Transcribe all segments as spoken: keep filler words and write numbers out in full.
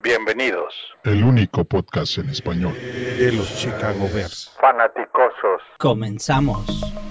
Bienvenidos. El único podcast en español de los Chicago Bears. Fanaticosos. Comenzamos.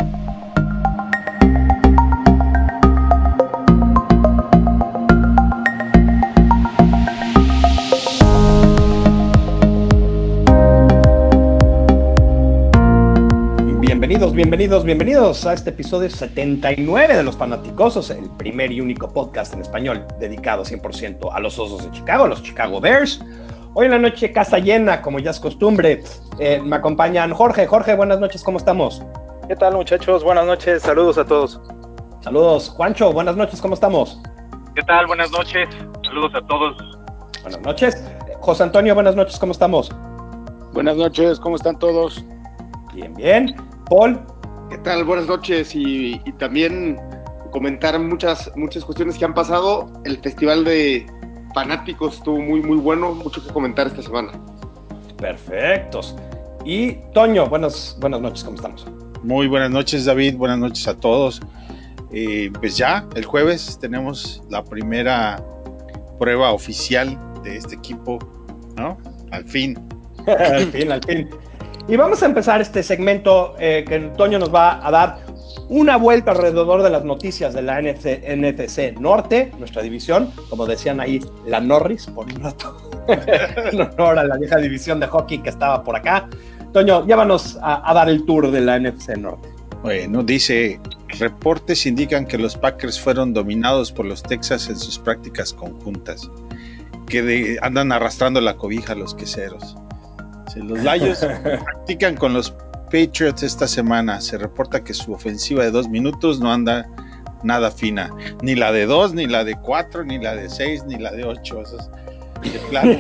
Bienvenidos, bienvenidos, bienvenidos a este episodio setenta y nueve de Los Fanaticosos, el primer y único podcast en español dedicado cien por ciento a los Osos de Chicago, a los Chicago Bears. Hoy en la noche casa llena, como ya es costumbre, eh, me acompañan Jorge. Jorge, buenas noches, ¿cómo estamos? ¿Qué tal, muchachos? Buenas noches, saludos a todos. Saludos. Juancho, buenas noches, ¿cómo estamos? ¿Qué tal? Buenas noches, saludos a todos. Buenas noches. José Antonio, buenas noches, ¿cómo estamos? Buenas noches, ¿cómo están todos? Bien, bien. Paul. ¿Qué tal? Buenas noches y, y también comentar muchas, muchas cuestiones que han pasado. El festival de fanáticos estuvo muy, muy bueno, mucho que comentar esta semana. Perfectos. Y Toño, buenas, buenas noches, ¿cómo estamos? Muy buenas noches, David, buenas noches a todos. Eh, pues ya, el jueves tenemos la primera prueba oficial de este equipo, ¿no? Al fin. al fin, al fin. Y vamos a empezar este segmento eh, que Toño nos va a dar una vuelta alrededor de las noticias de la N F C Norte, nuestra división, como decían ahí, la Norris, por un rato, en honor a la vieja división de hockey que estaba por acá. Toño, llévanos a, a dar el tour de la N F C Norte. Bueno, dice, reportes indican que los Packers fueron dominados por los Texans en sus prácticas conjuntas, que de, andan arrastrando la cobija a los queseros. Los Lions practican con los Patriots esta semana. Se reporta que su ofensiva de dos minutos no anda nada fina. Ni la de dos, ni la de cuatro, ni la de seis, ni la de ocho. Eso es de plano.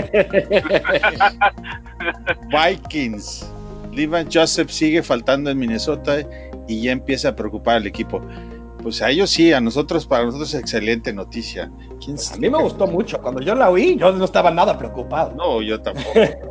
Vikings. Levan Joseph sigue faltando en Minnesota y ya empieza a preocupar al equipo. Pues a ellos sí, a nosotros, para nosotros es excelente noticia. ¿Quién a mí me gustó mucho. Cuando yo la oí, yo no estaba nada preocupado. No, yo tampoco.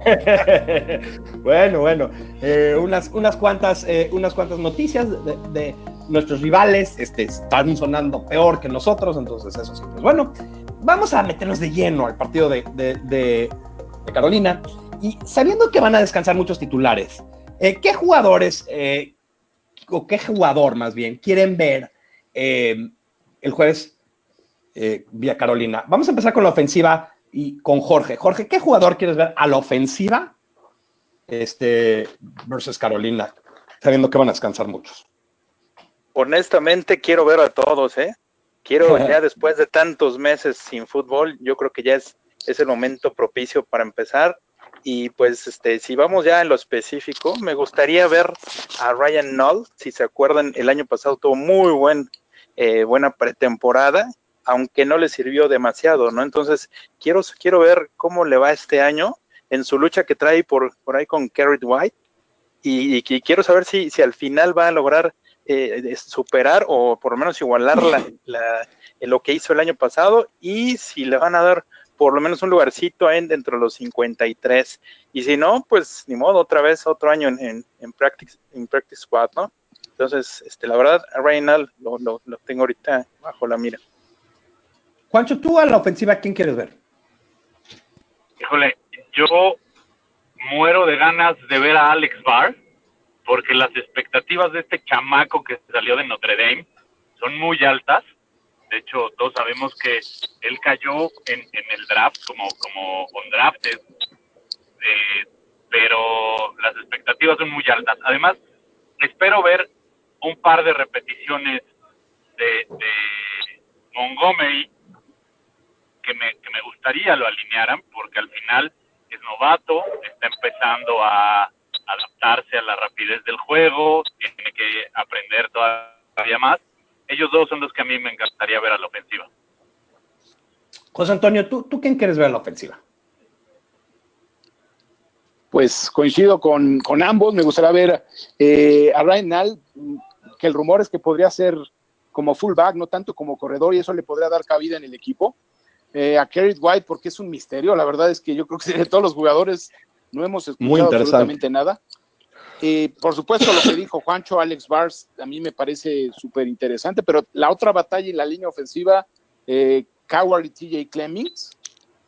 bueno, bueno. Eh, unas, unas, cuantas, eh, unas cuantas noticias de, de nuestros rivales este, están sonando peor que nosotros, entonces eso sí. Pues bueno, vamos a meternos de lleno al partido de, de, de, de Carolina. Y sabiendo que van a descansar muchos titulares, eh, ¿qué jugadores, eh, o qué jugador más bien, quieren ver Eh, el jueves eh, vía Carolina? Vamos a empezar con la ofensiva y con Jorge. Jorge, ¿qué jugador quieres ver a la ofensiva este, versus Carolina, sabiendo que van a descansar muchos? Honestamente quiero ver a todos, ¿eh? Quiero ya después de tantos meses sin fútbol, yo creo que ya es, es el momento propicio para empezar. Y pues este, si vamos ya en lo específico, me gustaría ver a Ryan Nall. Si se acuerdan, el año pasado tuvo muy buen Eh, buena pretemporada, aunque no le sirvió demasiado, ¿no? Entonces, quiero, quiero ver cómo le va este año en su lucha que trae por, por ahí con Garrett White, y, y, y quiero saber si, si al final va a lograr eh, superar o por lo menos igualar la, la, lo que hizo el año pasado, y si le van a dar por lo menos un lugarcito ahí dentro de los cincuenta y tres, y si no, pues ni modo, otra vez otro año en, en, en, practice, en practice squad, ¿no? Entonces, este, la verdad, a Reynald lo, lo, lo tengo ahorita bajo la mira. Juancho, tú a la ofensiva, ¿quién quieres ver? Híjole, yo muero de ganas de ver a Alex Barr, porque las expectativas de este chamaco que salió de Notre Dame son muy altas. De hecho, todos sabemos que él cayó en, en el draft como, como undrafted, eh, pero las expectativas son muy altas. Además, espero ver un par de repeticiones de, de Montgomery que me, que me gustaría lo alinearan, porque al final es novato, está empezando a adaptarse a la rapidez del juego, tiene que aprender todavía más. Ellos dos son los que a mí me encantaría ver a la ofensiva. José Antonio, ¿tú, tú quién quieres ver a la ofensiva? Pues coincido con, con ambos. Me gustaría ver eh, a Ryan Nall, que el rumor es que podría ser como fullback, no tanto como corredor, y eso le podría dar cabida en el equipo. Eh, a Garrett White, porque es un misterio. La verdad es que yo creo que de todos los jugadores no hemos escuchado absolutamente nada. Eh, por supuesto, lo que dijo Juancho, Alex Barr, a mí me parece súper interesante, pero la otra batalla en la línea ofensiva, eh, Coward y T J Clemmings,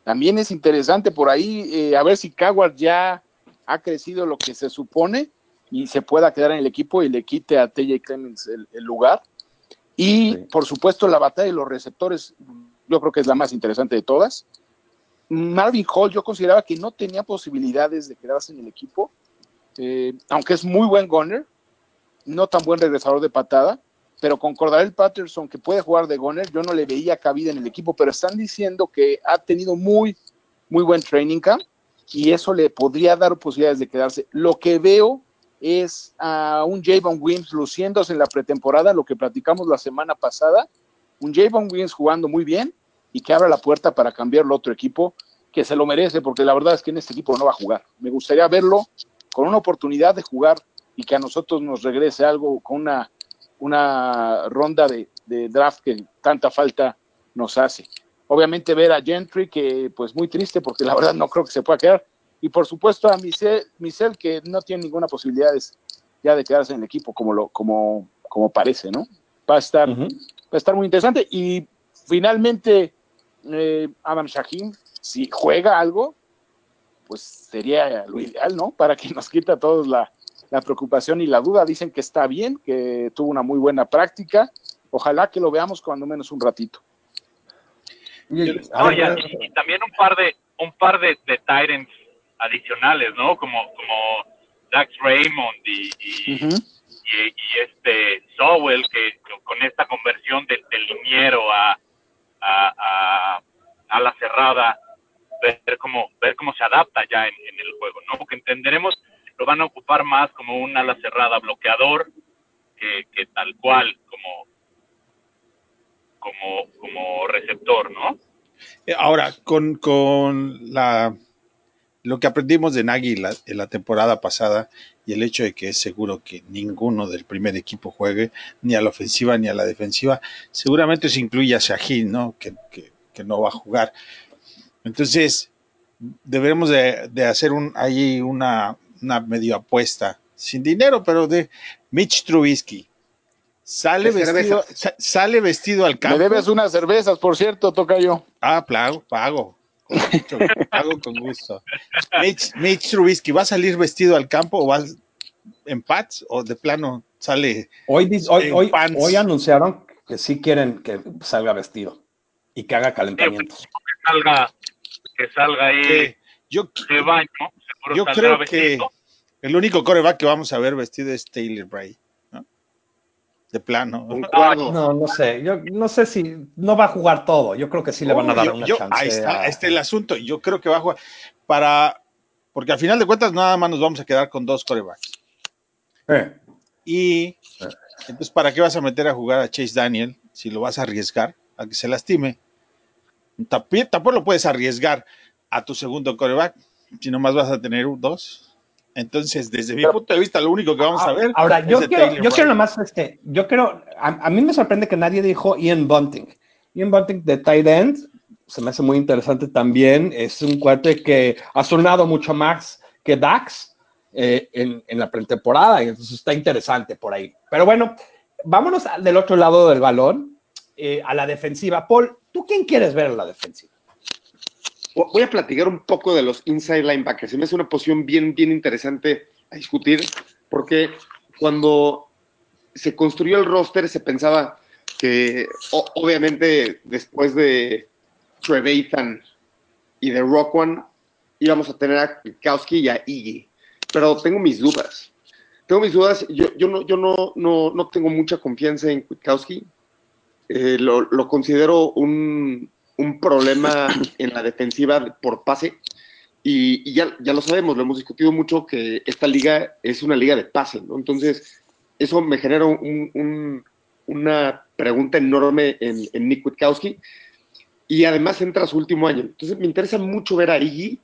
también es interesante por ahí, eh, a ver si Coward ya ha crecido lo que se supone y se pueda quedar en el equipo y le quite a T J Clemens el, el lugar. Y, sí. por supuesto, la batalla de los receptores, yo creo que es la más interesante de todas. Marvin Hall, yo consideraba que no tenía posibilidades de quedarse en el equipo, eh, aunque es muy buen gunner, no tan buen regresador de patada, pero con Cordarrelle Patterson, que puede jugar de gunner, yo no le veía cabida en el equipo, pero están diciendo que ha tenido muy, muy buen training camp, y eso le podría dar posibilidades de quedarse. Lo que veo es a un Javon Wims luciéndose en la pretemporada, lo que platicamos la semana pasada, un Javon Wims jugando muy bien, y que abra la puerta para cambiarlo a otro equipo, que se lo merece, porque la verdad es que en este equipo no va a jugar. Me gustaría verlo con una oportunidad de jugar, y que a nosotros nos regrese algo con una, una ronda de, de draft que tanta falta nos hace. Obviamente ver a Gentry, que pues muy triste porque la verdad no creo que se pueda quedar, y por supuesto a Michel, Michel que no tiene ninguna posibilidad ya de quedarse en el equipo como, lo, como, como parece, ¿no? Va a estar, uh-huh. va a estar muy interesante. Y finalmente eh, Adam Shaheen, si juega algo, pues sería lo ideal, ¿no? Para que nos quita a todos la, la preocupación y la duda. Dicen que está bien, que tuvo una muy buena práctica. Ojalá que lo veamos cuando menos un ratito. Y, no, y, y, y también un par de un par de, de Titans adicionales, ¿no? Como como Dax Raymond y, y, uh-huh. y, y este Sowell, que con esta conversión de, de liniero a, a, a, a la cerrada, ver cómo ver cómo se adapta ya en, en el juego, ¿no? Porque entenderemos lo van a ocupar más como un ala cerrada bloqueador que, que tal cual como como como receptor, ¿no? Ahora, con, con la lo que aprendimos de Nagy la, en la temporada pasada y el hecho de que es seguro que ninguno del primer equipo juegue, ni a la ofensiva ni a la defensiva, seguramente se incluye a Shaheen, ¿no? Que, que, que no va a jugar. Entonces, deberemos de, de hacer un, ahí una, una medio apuesta, sin dinero, pero de Mitch Trubisky. Sale vestido, sa, sale vestido al campo. Me debes unas cervezas, por cierto, tocayo. Ah, pago, pago. Con mucho, pago con gusto. Mitch, Mitch Trubisky, ¿va a salir vestido al campo o va en pants o de plano sale hoy, hoy, hoy, hoy anunciaron que sí quieren que salga vestido y que haga calentamientos. Sí, que salga, que salga ahí okay. yo, de baño. Yo creo vestido. que el único coreback que vamos a ver vestido es Taylor Bray, ¿no? De plano. No, no, no sé. Yo no sé si no va a jugar todo. Yo creo que sí le van a dar yo, una yo, chance. Ahí está, a... este es el asunto. Yo creo que va a jugar para, porque al final de cuentas nada más nos vamos a quedar con dos corebacks. Eh. Y eh. entonces, ¿para qué vas a meter a jugar a Chase Daniel si lo vas a arriesgar a que se lastime? Tampoco lo puedes arriesgar a tu segundo coreback, si nomás vas a tener dos. Entonces, desde mi punto de vista, lo único que vamos a ver ahora, es yo de quiero, Taylor yo Wright. quiero nomás, este, yo quiero, a, a mí me sorprende que nadie dijo Ian Bunting. Ian Bunting de tight end, se me hace muy interesante también, es un cuate que ha sonado mucho más que Dax eh, en, en la pretemporada, y entonces está interesante por ahí. Pero bueno, vámonos del otro lado del balón, eh, a la defensiva. Paul, ¿tú quién quieres ver en la defensiva? Voy a platicar un poco de los inside linebackers. Se me hace una posición bien, bien interesante a discutir, porque cuando se construyó el roster se pensaba que, o, obviamente, después de Trevathan y de Roquan, íbamos a tener a Kwiatkowski y a Iggy. Pero tengo mis dudas. Tengo mis dudas. Yo, yo, no, yo no, no, no tengo mucha confianza en Kwiatkowski. Eh, lo, lo considero un... un problema en la defensiva por pase, y, y ya, ya lo sabemos, lo hemos discutido mucho, que esta liga es una liga de pase, ¿no? Entonces, eso me genera un, un, una pregunta enorme en, en Nick Kwiatkowski, y además entra su último año. Entonces, me interesa mucho ver a Iggy,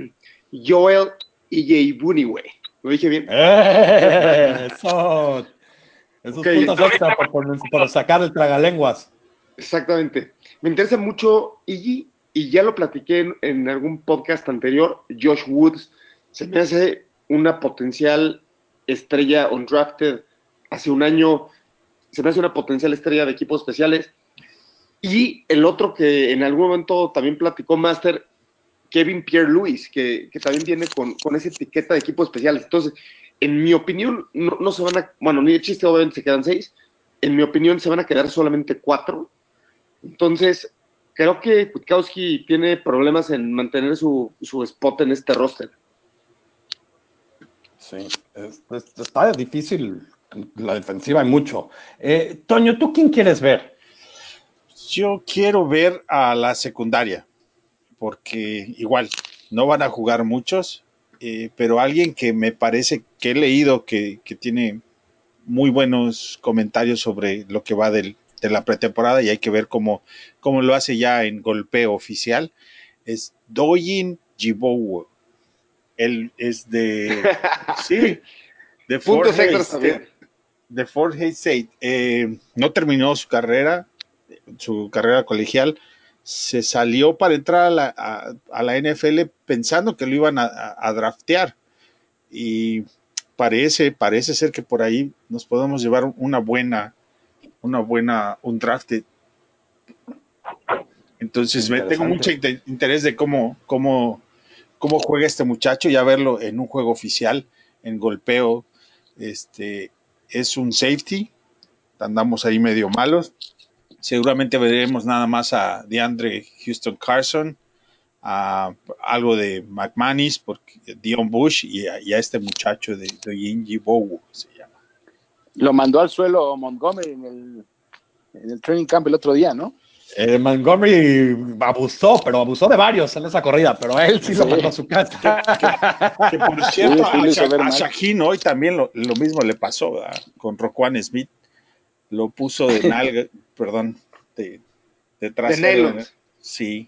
Joel Iyiegbuniwe. ¿Lo dije bien? Eso. Esos okay, puntos extra por, por, por sacar el tragalenguas. Exactamente. Me interesa mucho Iggy, y ya lo platiqué en, en algún podcast anterior. Josh Woods se me hace una potencial estrella undrafted hace un año. Se me hace una potencial estrella de equipos especiales. Y el otro que en algún momento también platicó Master, Kevin Pierre-Louis, que, que también viene con, con esa etiqueta de equipos especiales. Entonces, en mi opinión, no, no se van a, bueno, ni de chiste, obviamente se quedan seis, en mi opinión se van a quedar solamente cuatro. Entonces, creo que Kwiatkowski tiene problemas en mantener su, su spot en este roster. Sí, es, es, está difícil la defensiva, hay mucho. Eh, Toño, ¿tú quién quieres ver? Yo quiero ver a la secundaria, porque igual no van a jugar muchos, eh, pero alguien que me parece que he leído que, que tiene muy buenos comentarios sobre lo que va del, de la pretemporada y hay que ver cómo, cómo lo hace ya en golpeo oficial, es Doyin Jibowo. Él es de... Sí, de Fort Puntos Hays extras también. de Fort Hays State. Eh, no terminó su carrera, su carrera colegial, se salió para entrar a la, a, a la N F L pensando que lo iban a, a, a draftear y parece, parece ser que por ahí nos podemos llevar una buena, una buena, un draft. Entonces me, tengo mucho inter interés de cómo, cómo, cómo juega este muchacho, ya verlo en un juego oficial, en golpeo. Este es un safety, andamos ahí medio malos. Seguramente veremos nada más a DeAndre Houston Carson, a algo de McManus, porque Dion Bush y a, y a este muchacho de, de Yinji Bowu se llama. Lo mandó al suelo Montgomery en el, en el training camp el otro día, ¿no? Eh, Montgomery abusó, pero abusó de varios en esa corrida, pero a él sí, sí. lo mandó a su casa. Que, que, que por cierto, sí, sí a, a Shaheen hoy también lo, lo mismo le pasó, ¿verdad? Con Roquan Smith. Lo puso de nalga, perdón, de, de trasero. De sí.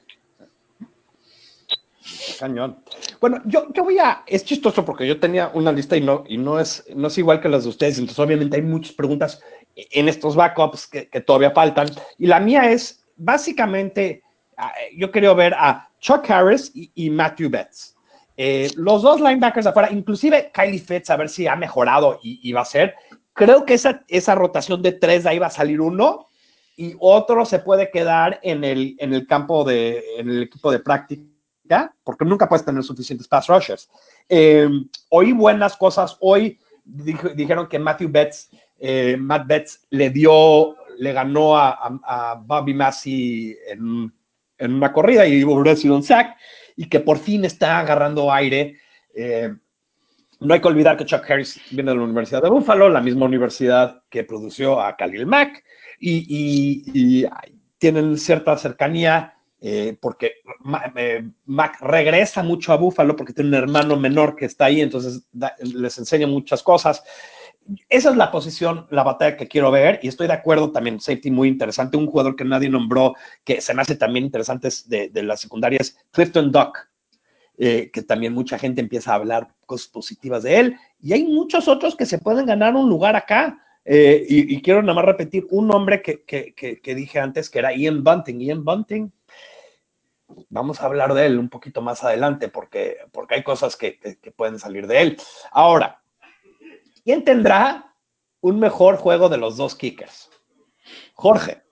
Cañón. Bueno, yo, yo voy a. Es chistoso porque yo tenía una lista y no, y no es, no es igual que las de ustedes. Entonces, obviamente, hay muchas preguntas en estos backups que, que todavía faltan. Y la mía es básicamente: yo quería ver a Chuck Harris y, y Matthew Betts. Eh, los dos linebackers de afuera, inclusive Kylie Fitz, a ver si ha mejorado y, y va a ser. Creo que esa, esa rotación de tres, de ahí va a salir uno y otro se puede quedar en el, en el campo de, en el equipo de práctica. ¿Ya? Porque nunca puedes tener suficientes pass rushers. Eh, oí buenas cosas. Hoy dijo, dijeron que Matthew Betts, eh, Matt Betts le dio, le ganó a, a, a Bobby Massey en, en, una corrida y hubiera sido un sack y que por fin está agarrando aire. Eh, no hay que olvidar que Chuck Harris viene de la Universidad de Buffalo, la misma universidad que produció a Khalil Mack y, y, y tienen cierta cercanía. Eh, porque eh, Mac regresa mucho a Buffalo porque tiene un hermano menor que está ahí, entonces da, les enseña muchas cosas. Esa es la posición, la batalla que quiero ver, y estoy de acuerdo también, safety muy interesante, un jugador que nadie nombró, que se me hace también interesante de, de las secundarias, Clifton Duck, eh, que también mucha gente empieza a hablar cosas positivas de él, y hay muchos otros que se pueden ganar un lugar acá. Eh, y, y quiero nada más repetir un nombre que, que, que, que dije antes, que era Ian Bunting. Ian Bunting, vamos a hablar de él un poquito más adelante porque, porque hay cosas que, que, que pueden salir de él. Ahora, ¿quién tendrá un mejor juego de los dos kickers? Jorge.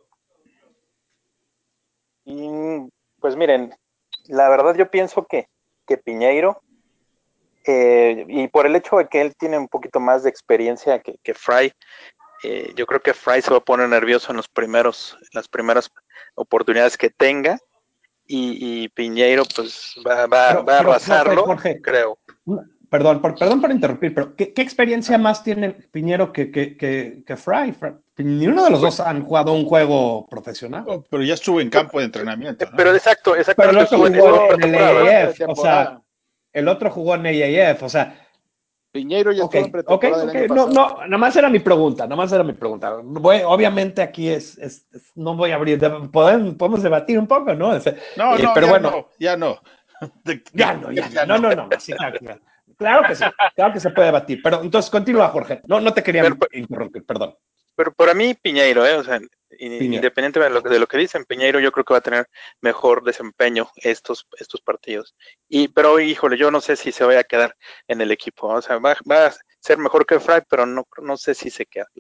Y, pues miren, la verdad yo pienso que, que Piñeiro, eh, y por el hecho de que él tiene un poquito más de experiencia que, que Fry, eh, yo creo que Fry se va a poner nervioso en los primeros, en las primeras oportunidades que tenga. Y, y Piñeiro pues va, va, pero, va a pero, arrasarlo, Jorge, Jorge, creo. Perdón, por, perdón por interrumpir, pero ¿qué, qué experiencia más tiene Piñeiro que, que, que, que Fry? Ni uno de los dos han jugado un juego profesional. Oh, pero ya estuvo en campo de entrenamiento, ¿no? Pero exacto, pero el exactamente. otro jugó en el A A F, o sea, el otro jugó en A A F, o sea, Piñeiro ya okay, estuvo en pretemporada okay, el okay. año No, pasado. no, nada más era mi pregunta, nada más era mi pregunta. Voy, obviamente aquí es, es, es, no voy a abrir, podemos, podemos debatir un poco, ¿no? Es, no, eh, no, pero ya bueno, no, ya no. De, de, ya no, ya, ya no, no, no, no, no, sí, claro, claro, claro que sí, claro que se puede debatir, pero entonces continúa, Jorge, no, no te quería pero, interrumpir, perdón. Pero para mí Piñeiro, ¿eh? O sea, independientemente de lo, de lo que dicen, Piñeiro yo creo que va a tener mejor desempeño estos, estos partidos. Y, pero híjole, yo no sé si se vaya a quedar en el equipo, o sea, va, va a ser mejor que Fry, pero no, no sé si se queda.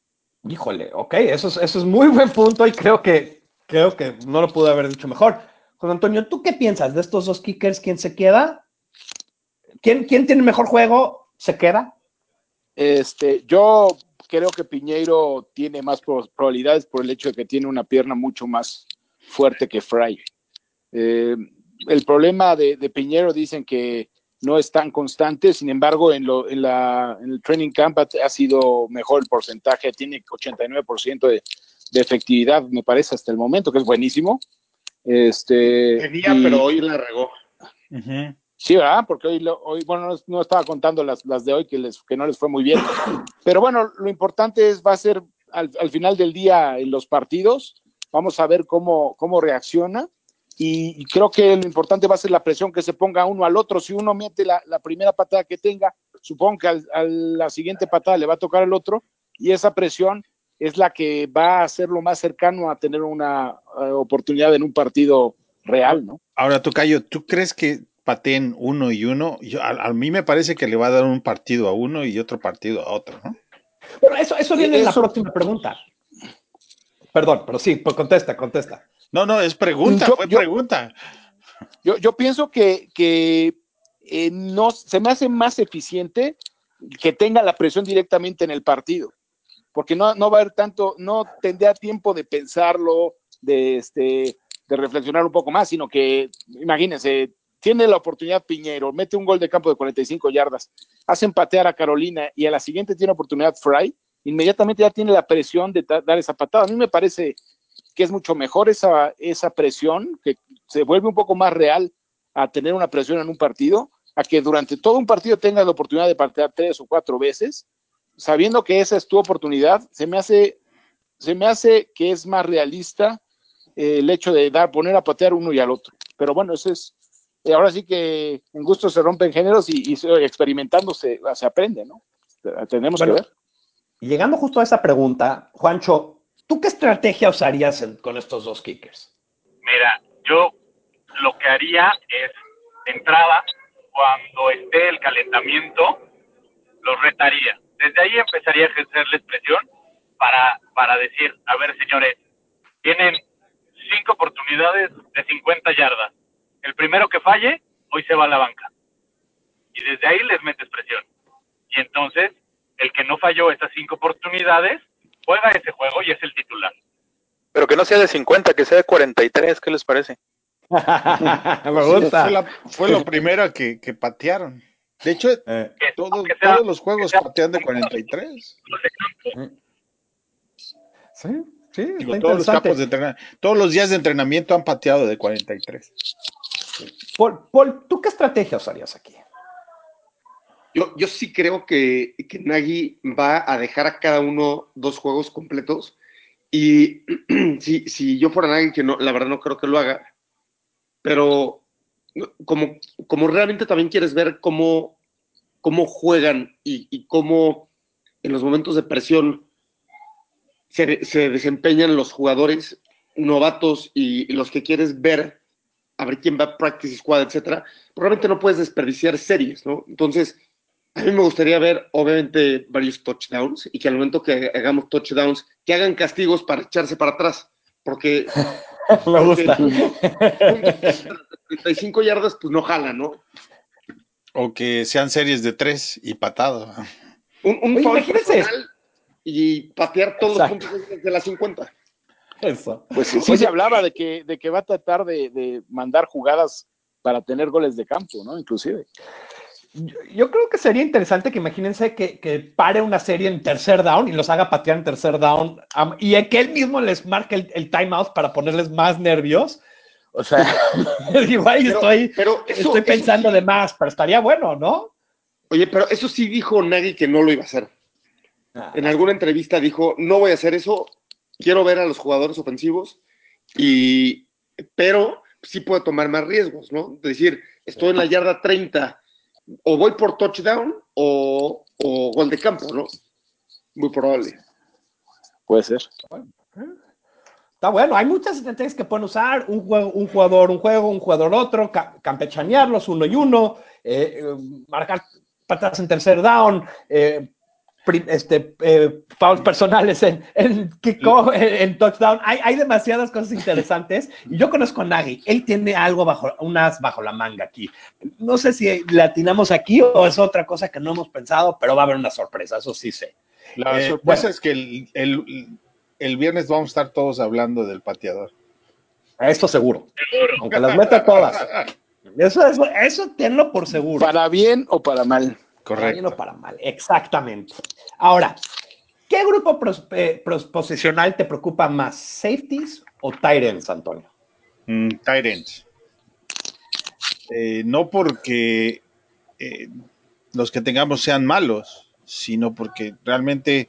Híjole, ok, eso es, eso es muy buen punto y creo que, creo que no lo pude haber dicho mejor. José Antonio, ¿tú qué piensas de estos dos kickers? ¿Quién se queda? ¿Quién, quién tiene mejor juego? ¿Se queda? Este, yo creo que Piñeiro tiene más probabilidades por el hecho de que tiene una pierna mucho más fuerte que Fry. Eh, el problema de, de Piñeiro dicen que no es tan constante, sin embargo, en, lo, en, la, en el training camp ha, ha sido mejor el porcentaje, tiene ochenta y nueve por ciento de, de efectividad, me parece, hasta el momento, que es buenísimo. Este, Tenía, y, pero hoy la regó. Uh-huh. Sí, ¿verdad? Porque hoy, hoy bueno, no, no estaba contando las, las de hoy que, les, que no les fue muy bien. Pero bueno, lo importante es, va a ser al, al final del día en los partidos, vamos a ver cómo, cómo reacciona. Y, y creo que lo importante va a ser la presión que se ponga uno al otro. Si uno mete la, la primera patada que tenga, supongo que al, a la siguiente patada le va a tocar al otro, y esa presión es la que va a hacerlo más cercano a tener una uh, oportunidad en un partido real, ¿no? Ahora, Tocayo, ¿tú crees que pateen uno y uno? Yo, a, a mí me parece que le va a dar un partido a uno y otro partido a otro, ¿no? Bueno, eso, eso viene en eso, la próxima pregunta. Perdón, pero sí, pues contesta, contesta. No, no, es pregunta, yo, fue yo, pregunta. Yo, yo pienso que, que eh, no, se me hace más eficiente que tenga la presión directamente en el partido, porque no, no va a haber tanto, no tendría tiempo de pensarlo, de, este, de reflexionar un poco más, sino que, imagínense, tiene la oportunidad Piñeiro, mete un gol de campo de cuarenta y cinco yardas, hace empatear a Carolina y a la siguiente tiene oportunidad Fry, inmediatamente ya tiene la presión de dar esa patada. A mí me parece que es mucho mejor esa, esa presión, que se vuelve un poco más real a tener una presión en un partido, a que durante todo un partido tengas la oportunidad de patear tres o cuatro veces, sabiendo que esa es tu oportunidad. Se me hace, se me hace que es más realista eh, el hecho de dar, poner a patear uno y al otro. Pero bueno, eso es, eh, ahora sí que en gusto se rompen géneros y, y experimentando se, se aprende, ¿no? Tenemos bueno, que ver. Y llegando justo a esa pregunta, Juancho, ¿tú qué estrategia usarías en, con estos dos kickers? Mira, yo lo que haría es, de entrada, cuando esté el calentamiento, los retaría. Desde ahí empezaría a ejercerles presión para, para decir, a ver, señores, tienen cinco oportunidades de cincuenta yardas. El primero que falle, hoy se va a la banca. Y desde ahí les metes presión. Y entonces, el que no falló esas cinco oportunidades, juega ese juego y es el titular. Pero que no sea de cincuenta, que sea de cuarenta y tres, ¿qué les parece? Me gusta. Fue, la, fue lo primero que, que patearon. De hecho, eh, todos, sea, todos los juegos sea, patean de cuarenta y tres. Sí, sí, Digo, está todos los campos de interesante. entrenamiento, todos los días de entrenamiento han pateado de cuarenta y tres. Paul, Paul, ¿tú qué estrategia usarías aquí? Yo, yo sí creo que, que Nagy va a dejar a cada uno dos juegos completos. Y si, si yo fuera Nagy, que no, la verdad no creo que lo haga, pero como, como realmente también quieres ver cómo, cómo juegan y, y cómo en los momentos de presión se, se desempeñan los jugadores novatos y, y los que quieres ver, a ver quién va a practice squad, etcétera, probablemente no puedes desperdiciar series, ¿no? Entonces, a mí me gustaría ver, obviamente, varios touchdowns y que al momento que hagamos touchdowns, que hagan castigos para echarse para atrás, porque... me gusta. treinta y cinco yardas, pues no jala, ¿no? O que sean series de tres y patada. Un, un Oye, foul imagínense. personal y patear todos Exacto. los puntos de la cincuenta. Eso. Pues sí, sí Oye, se hablaba de que, de que va a tratar de, de mandar jugadas para tener goles de campo, ¿no? Inclusive. Yo, yo creo que sería interesante que imagínense que, que pare una serie en tercer down y los haga patear en tercer down um, y que él mismo les marque el, el timeout para ponerles más nervios. O sea, igual pero, estoy, pero eso, estoy pensando eso sí. de más, pero estaría bueno, ¿no? Oye, pero eso sí dijo Nagy que no lo iba a hacer. Ah, en alguna entrevista dijo, no voy a hacer eso, quiero ver a los jugadores ofensivos, y, pero sí puedo tomar más riesgos, ¿no? Es decir, estoy en la yarda treinta, o voy por touchdown o, o gol de campo, ¿no? Muy probable. Puede ser. Está bueno, hay muchas estrategias que pueden usar, un, juego, un jugador un juego, un jugador otro, ca campechanearlos uno y uno, eh, eh, marcar patadas en tercer down, eh, este, eh, fouls personales en, en kickoff, en, en touchdown. Hay, hay demasiadas cosas interesantes. Y yo conozco a Nagy. Él tiene algo bajo, unas bajo la manga aquí. No sé si le atinamos aquí o es otra cosa que no hemos pensado, pero va a haber una sorpresa, eso sí sé. La Eh, sorpresa bueno. es que el, el, el viernes vamos a estar todos hablando del pateador. Esto seguro. Aunque las meta todas. Eso, eso, eso tenlo por seguro. ¿Para bien o para mal? Para Correcto. bien o para mal, exactamente. Ahora, ¿qué grupo pros, eh, pros, posicional te preocupa más? ¿Safeties o tight ends, Antonio? Mm, tight ends. Eh, no porque eh, los que tengamos sean malos, sino porque realmente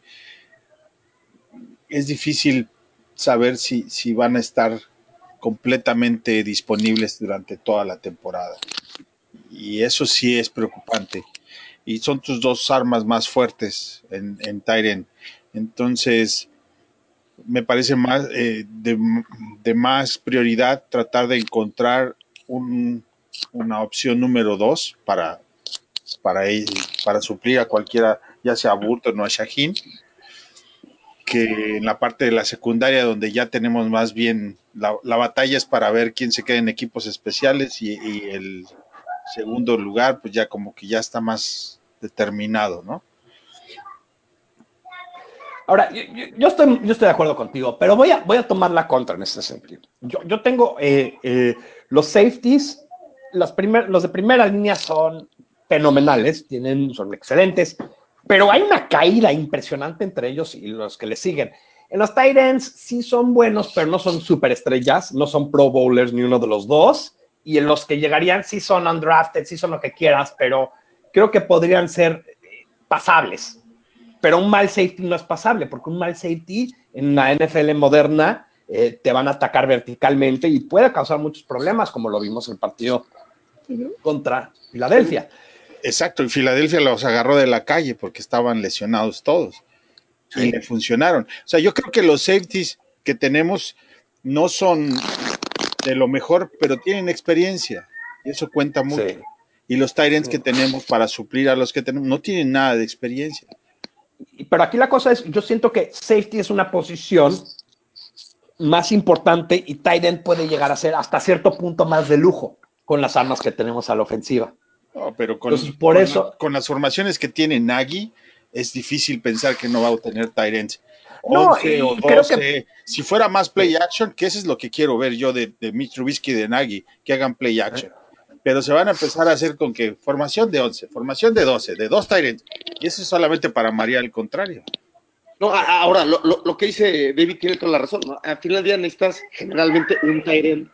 es difícil saber si, si van a estar completamente disponibles durante toda la temporada. Y eso sí es preocupante. Y son tus dos armas más fuertes en, en tight end. Entonces, me parece más eh, de, de más prioridad tratar de encontrar un, una opción número dos para, para, él, para suplir a cualquiera, ya sea a Burton o a Shaheen, que en la parte de la secundaria donde ya tenemos más bien la, la batalla es para ver quién se queda en equipos especiales y, y el segundo lugar pues ya como que ya está más determinado, ¿no? Ahora, yo, yo, estoy, yo estoy de acuerdo contigo, pero voy a, voy a tomar la contra en este sentido. Yo, yo tengo eh, eh, los safeties, los, primer, los de primera línea son fenomenales, tienen, son excelentes, pero hay una caída impresionante entre ellos y los que le siguen. En los tight ends sí son buenos, pero no son superestrellas, no son pro bowlers ni uno de los dos, y en los que llegarían sí son undrafted, sí son lo que quieras, pero creo que podrían ser pasables. Pero un mal safety no es pasable, porque un mal safety en la N F L moderna eh, te van a atacar verticalmente y puede causar muchos problemas, como lo vimos en el partido contra Filadelfia. Exacto, y Filadelfia los agarró de la calle porque estaban lesionados todos. Sí. Y le funcionaron. O sea, yo creo que los safeties que tenemos no son de lo mejor, pero tienen experiencia. Y eso cuenta mucho. Sí. Y los tight ends sí. que tenemos para suplir a los que tenemos no tienen nada de experiencia. Pero aquí la cosa es, yo siento que safety es una posición más importante y tight end puede llegar a ser hasta cierto punto más de lujo con las armas que tenemos a la ofensiva. No, pero con, Entonces, por con, eso, con las formaciones que tiene Nagy, es difícil pensar que no va a obtener tight ends. No, once o doce. Que, si fuera más play action, que eso es lo que quiero ver yo de, de Mitch Trubisky y de Nagy, que hagan play action. Pero se van a empezar a hacer con que formación de once, formación de doce, de dos tight ends. Y eso es solamente para marear el contrario. No, ahora, lo, lo, lo que dice David tiene toda la razón, ¿no? Al final del día necesitas generalmente un tight end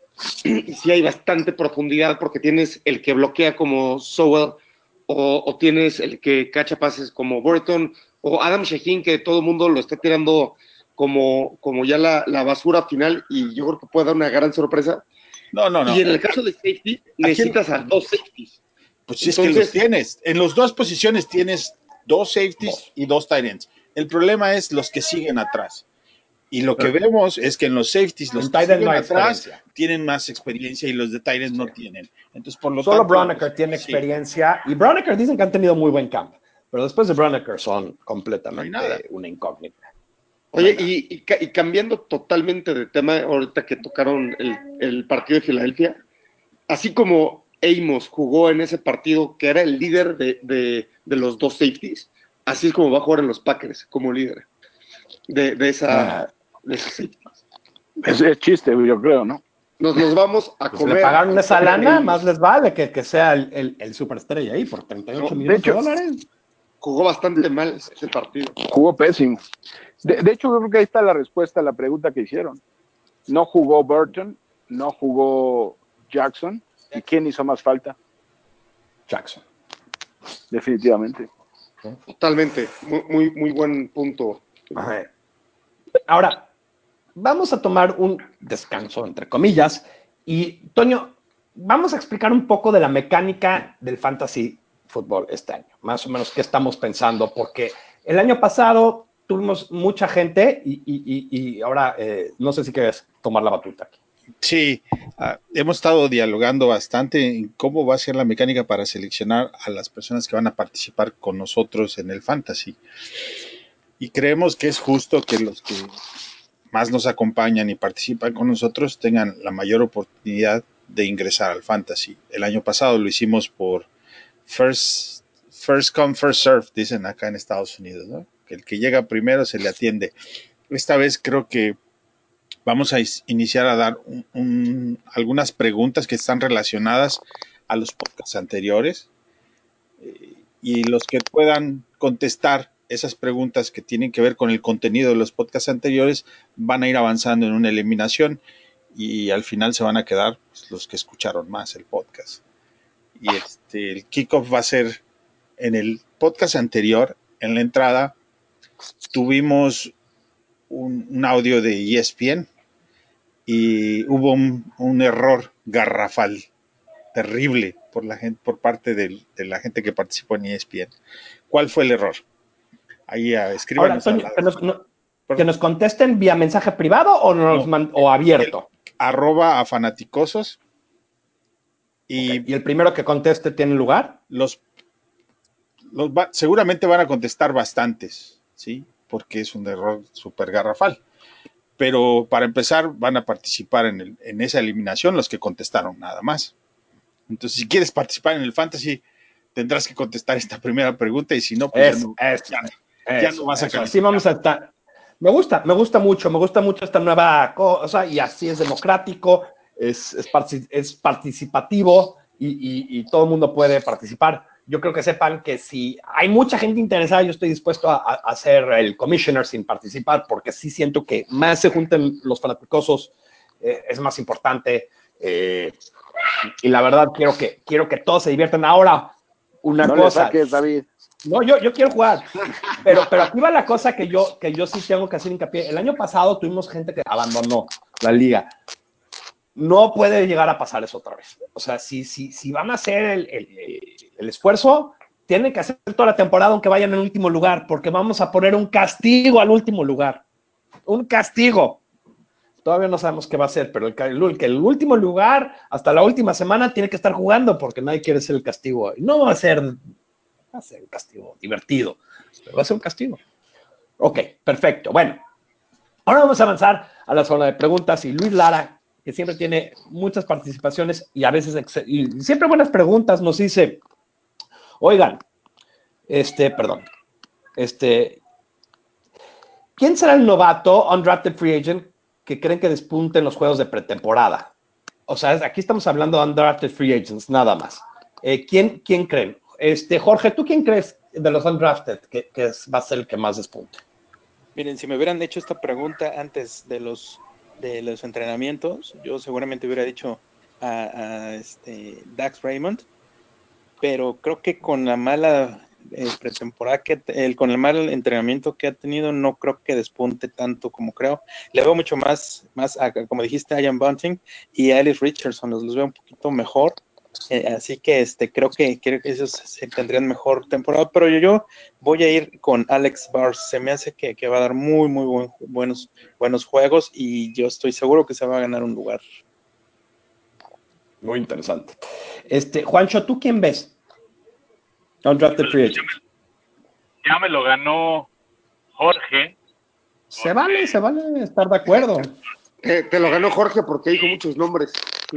y sí hay bastante profundidad porque tienes el que bloquea como Sowell o, o tienes el que cacha pases como Burton o Adam Shaheen, que todo el mundo lo está tirando como, como ya la, la basura final y yo creo que puede dar una gran sorpresa. No, no, no. Y en el caso de safety, necesitas a dos safeties. Pues sí, Entonces, es que los tienes. En las dos posiciones tienes dos safeties dos. y dos tight ends. El problema es los que siguen atrás. Y lo que vemos es que en los safeties, los que siguen no atrás tienen más experiencia y los de tight ends sí. no tienen. Entonces, por lo Solo tanto, Braunecker pues, tiene sí. experiencia y Braunecker dicen que han tenido muy buen campo, pero después de Braunecker son completamente no una incógnita. Oye, no y, y, y cambiando totalmente de tema, ahorita que tocaron el, el partido de Filadelfia, así como Amos jugó en ese partido, que era el líder de, de, de los dos safeties, así es como va a jugar en los Packers, como líder de, de esa... Uh, de esa safeties. Es, es chiste, yo creo, ¿no? Nos los vamos a pues comer. Le pagaron esa lana, más les vale que, que sea el, el, el superestrella ahí por treinta y ocho no, millones de, hecho, de dólares. Jugó bastante mal ese partido. Jugó pésimo. De, de hecho, yo creo que ahí está la respuesta a la pregunta que hicieron. No jugó Burton, no jugó Jackson. ¿Y quién hizo más falta? Jackson. Definitivamente. Totalmente. Muy, muy, muy buen punto. Ajá. Ahora, vamos a tomar un descanso, entre comillas, y, Toño, vamos a explicar un poco de la mecánica del fantasy fútbol este año, más o menos qué estamos pensando, porque el año pasado tuvimos mucha gente y, y, y, y ahora eh, no sé si quieres tomar la batuta aquí. Sí, ah, hemos estado dialogando bastante en cómo va a ser la mecánica para seleccionar a las personas que van a participar con nosotros en el Fantasy. Y creemos que es justo que los que más nos acompañan y participan con nosotros tengan la mayor oportunidad de ingresar al Fantasy. El año pasado lo hicimos por first, first come, first serve, dicen acá en Estados Unidos, ¿no? Que el que llega primero se le atiende. Esta vez creo que vamos a iniciar a dar un, un, algunas preguntas que están relacionadas a los podcasts anteriores, eh, y los que puedan contestar esas preguntas que tienen que ver con el contenido de los podcasts anteriores van a ir avanzando en una eliminación y al final se van a quedar pues, los que escucharon más el podcast. Y este, el kickoff va a ser en el podcast anterior, en la entrada, tuvimos un, un audio de E S P N y hubo un, un error garrafal terrible por la gente, por parte de, de la gente que participó en E S P N. ¿Cuál fue el error? Ahí uh, Ahora, escríbanos a Toño, la... que nos, no, que nos contesten vía mensaje privado o, nos No, man, o abierto. el, arroba a fanaticosos. Y, okay. ¿Y el primero que conteste tiene lugar? Los, los va, seguramente van a contestar bastantes, ¿sí? Porque es un error súper garrafal. Pero para empezar van a participar en, el, en esa eliminación los que contestaron nada más. Entonces, si quieres participar en el Fantasy, tendrás que contestar esta primera pregunta y si no, pues es, ya, no, es, ya, eso, ya no vas a eso. calificar. Así vamos a estar. Me gusta, me gusta mucho, me gusta mucho esta nueva cosa y así es democrático, es, es, es participativo y, y, y todo el mundo puede participar. Yo creo que sepan que si hay mucha gente interesada, yo estoy dispuesto a, a, a ser el commissioner sin participar, porque sí siento que más se junten los fanaticosos, eh, es más importante. Eh, y la verdad, quiero que, quiero que todos se diviertan. Ahora, una no cosa. le saques, David. No, yo, yo quiero jugar, pero, pero aquí va la cosa que yo, que yo sí tengo que hacer hincapié. El año pasado tuvimos gente que abandonó la liga. No puede llegar a pasar eso otra vez. O sea, si, si, si van a hacer el, el, el esfuerzo, tienen que hacer toda la temporada aunque vayan en el último lugar, porque vamos a poner un castigo al último lugar. Un castigo. Todavía no sabemos qué va a ser, pero el, el, el último lugar, hasta la última semana, tiene que estar jugando porque nadie quiere ser el castigo. No va a ser, va a ser un castigo divertido, pero va a ser un castigo. Ok, perfecto. Bueno, ahora vamos a avanzar a la zona de preguntas y Luis Lara, que siempre tiene muchas participaciones y a veces y siempre buenas preguntas, nos dice, oigan, este, perdón, este, ¿quién será el novato undrafted free agent que creen que despunte en los juegos de pretemporada? O sea, aquí estamos hablando de undrafted free agents, nada más. Eh, ¿quién, ¿Quién creen? Este, Jorge, ¿tú quién crees de los undrafted que, que es, va a ser el que más despunte? Miren, si me hubieran hecho esta pregunta antes de los, de los entrenamientos, yo seguramente hubiera dicho a, a este Dax Raymond, pero creo que con la mala eh, pretemporada, que el, con el mal entrenamiento que ha tenido, no creo que despunte tanto como creo. Le veo mucho más, más a, como dijiste, a Ian Bunting y a Ellis Richardson, los, los veo un poquito mejor. Eh, así que este, creo que, que esos se tendrían mejor temporada, pero yo, yo voy a ir con Alex Bars. Se me hace que, que va a dar muy, muy buen, buenos, buenos juegos y yo estoy seguro que se va a ganar un lugar. Muy interesante. Este, Juancho, ¿tú quién ves? Undrafted free agent. Ya me, ya me lo ganó Jorge. Se Jorge. vale, se vale estar de acuerdo. Te, te lo ganó Jorge porque dijo muchos nombres.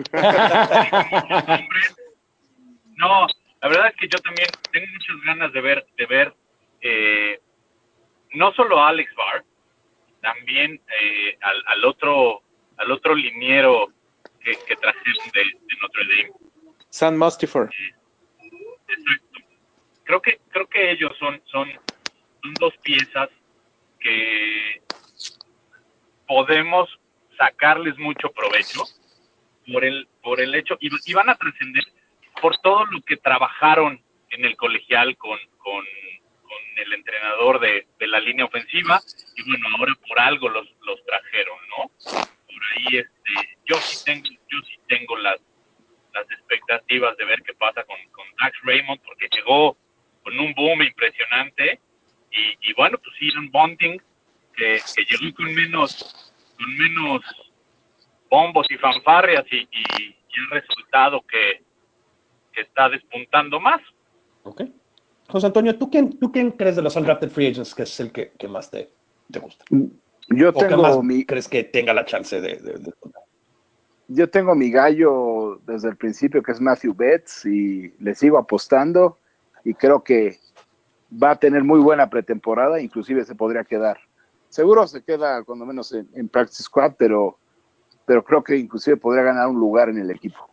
No, la verdad es que yo también tengo muchas ganas de ver, de ver eh, no solo a Alex Barr, también eh, al, al otro, al otro liniero que, que trajeron de, de Notre Dame. Sam Mustifer. Eh, exacto. Creo que, creo que ellos son, son, son dos piezas que podemos sacarles mucho provecho por el, por el hecho, y, y van a trascender por todo lo que trabajaron en el colegial con, con, con el entrenador de, de la línea ofensiva, y bueno, ahora por algo los, los trajeron, ¿no? Por ahí este, yo sí tengo, yo sí tengo las, las expectativas de ver qué pasa con, con Dax Raymond, porque llegó con un boom impresionante, y, y bueno, pues Ian Bunting, que, que llegó con menos, con menos bombos y fanfarrias y, y, y el resultado que, que está despuntando más. Ok. José Antonio, ¿tú quién, ¿tú quién crees de los undrafted free agents que es el que, que más te, te gusta? Yo ¿O qué más tengo mi, crees que tenga la chance de, de, de... yo tengo mi gallo desde el principio, que es Matthew Betts, y le sigo apostando, y creo que va a tener muy buena pretemporada, inclusive se podría quedar. Seguro se queda cuando menos en, en Practice Squad, pero, pero creo que inclusive podría ganar un lugar en el equipo.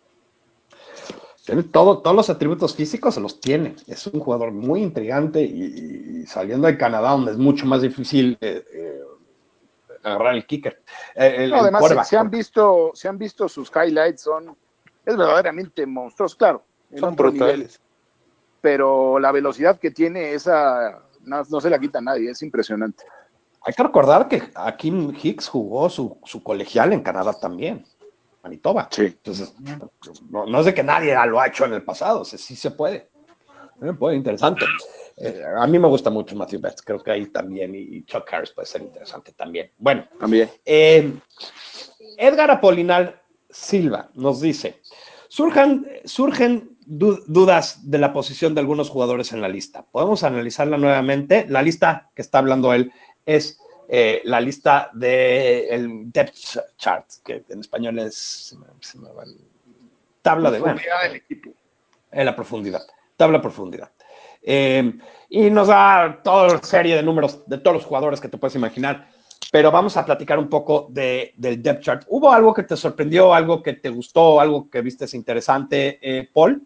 Tiene todo, todos los atributos físicos se los tiene. Es un jugador muy intrigante y, y saliendo de Canadá, donde es mucho más difícil eh, eh, agarrar el kicker, eh, el, No, el además, se, quarterback. se han visto, se han visto sus highlights, son, es verdaderamente monstruoso, claro, en Son otro nivel, brutales. pero la velocidad que tiene esa no, no se la quita a nadie, es impresionante. Hay que recordar que Akeem Hicks jugó su, su colegial en Canadá también, Manitoba. Sí. Entonces, no, no es de que nadie lo ha hecho en el pasado, o sea, sí se puede. Eh, puede, interesante. Eh, a mí me gusta mucho Matthew Betts, creo que ahí también, y Chuck Harris puede ser interesante también. Bueno, También. eh, Edgar Apolinar Silva nos dice, surjan, surgen du dudas de la posición de algunos jugadores en la lista. Podemos analizarla nuevamente. La lista que está hablando él es eh, la lista del de depth chart, que en español es se me, se me va el, tabla de, bueno, del equipo. en la profundidad, tabla profundidad. Eh, y nos da toda una serie de números de todos los jugadores que te puedes imaginar, pero vamos a platicar un poco de, del depth chart. ¿Hubo algo que te sorprendió, algo que te gustó, algo que viste interesante, eh, Paul?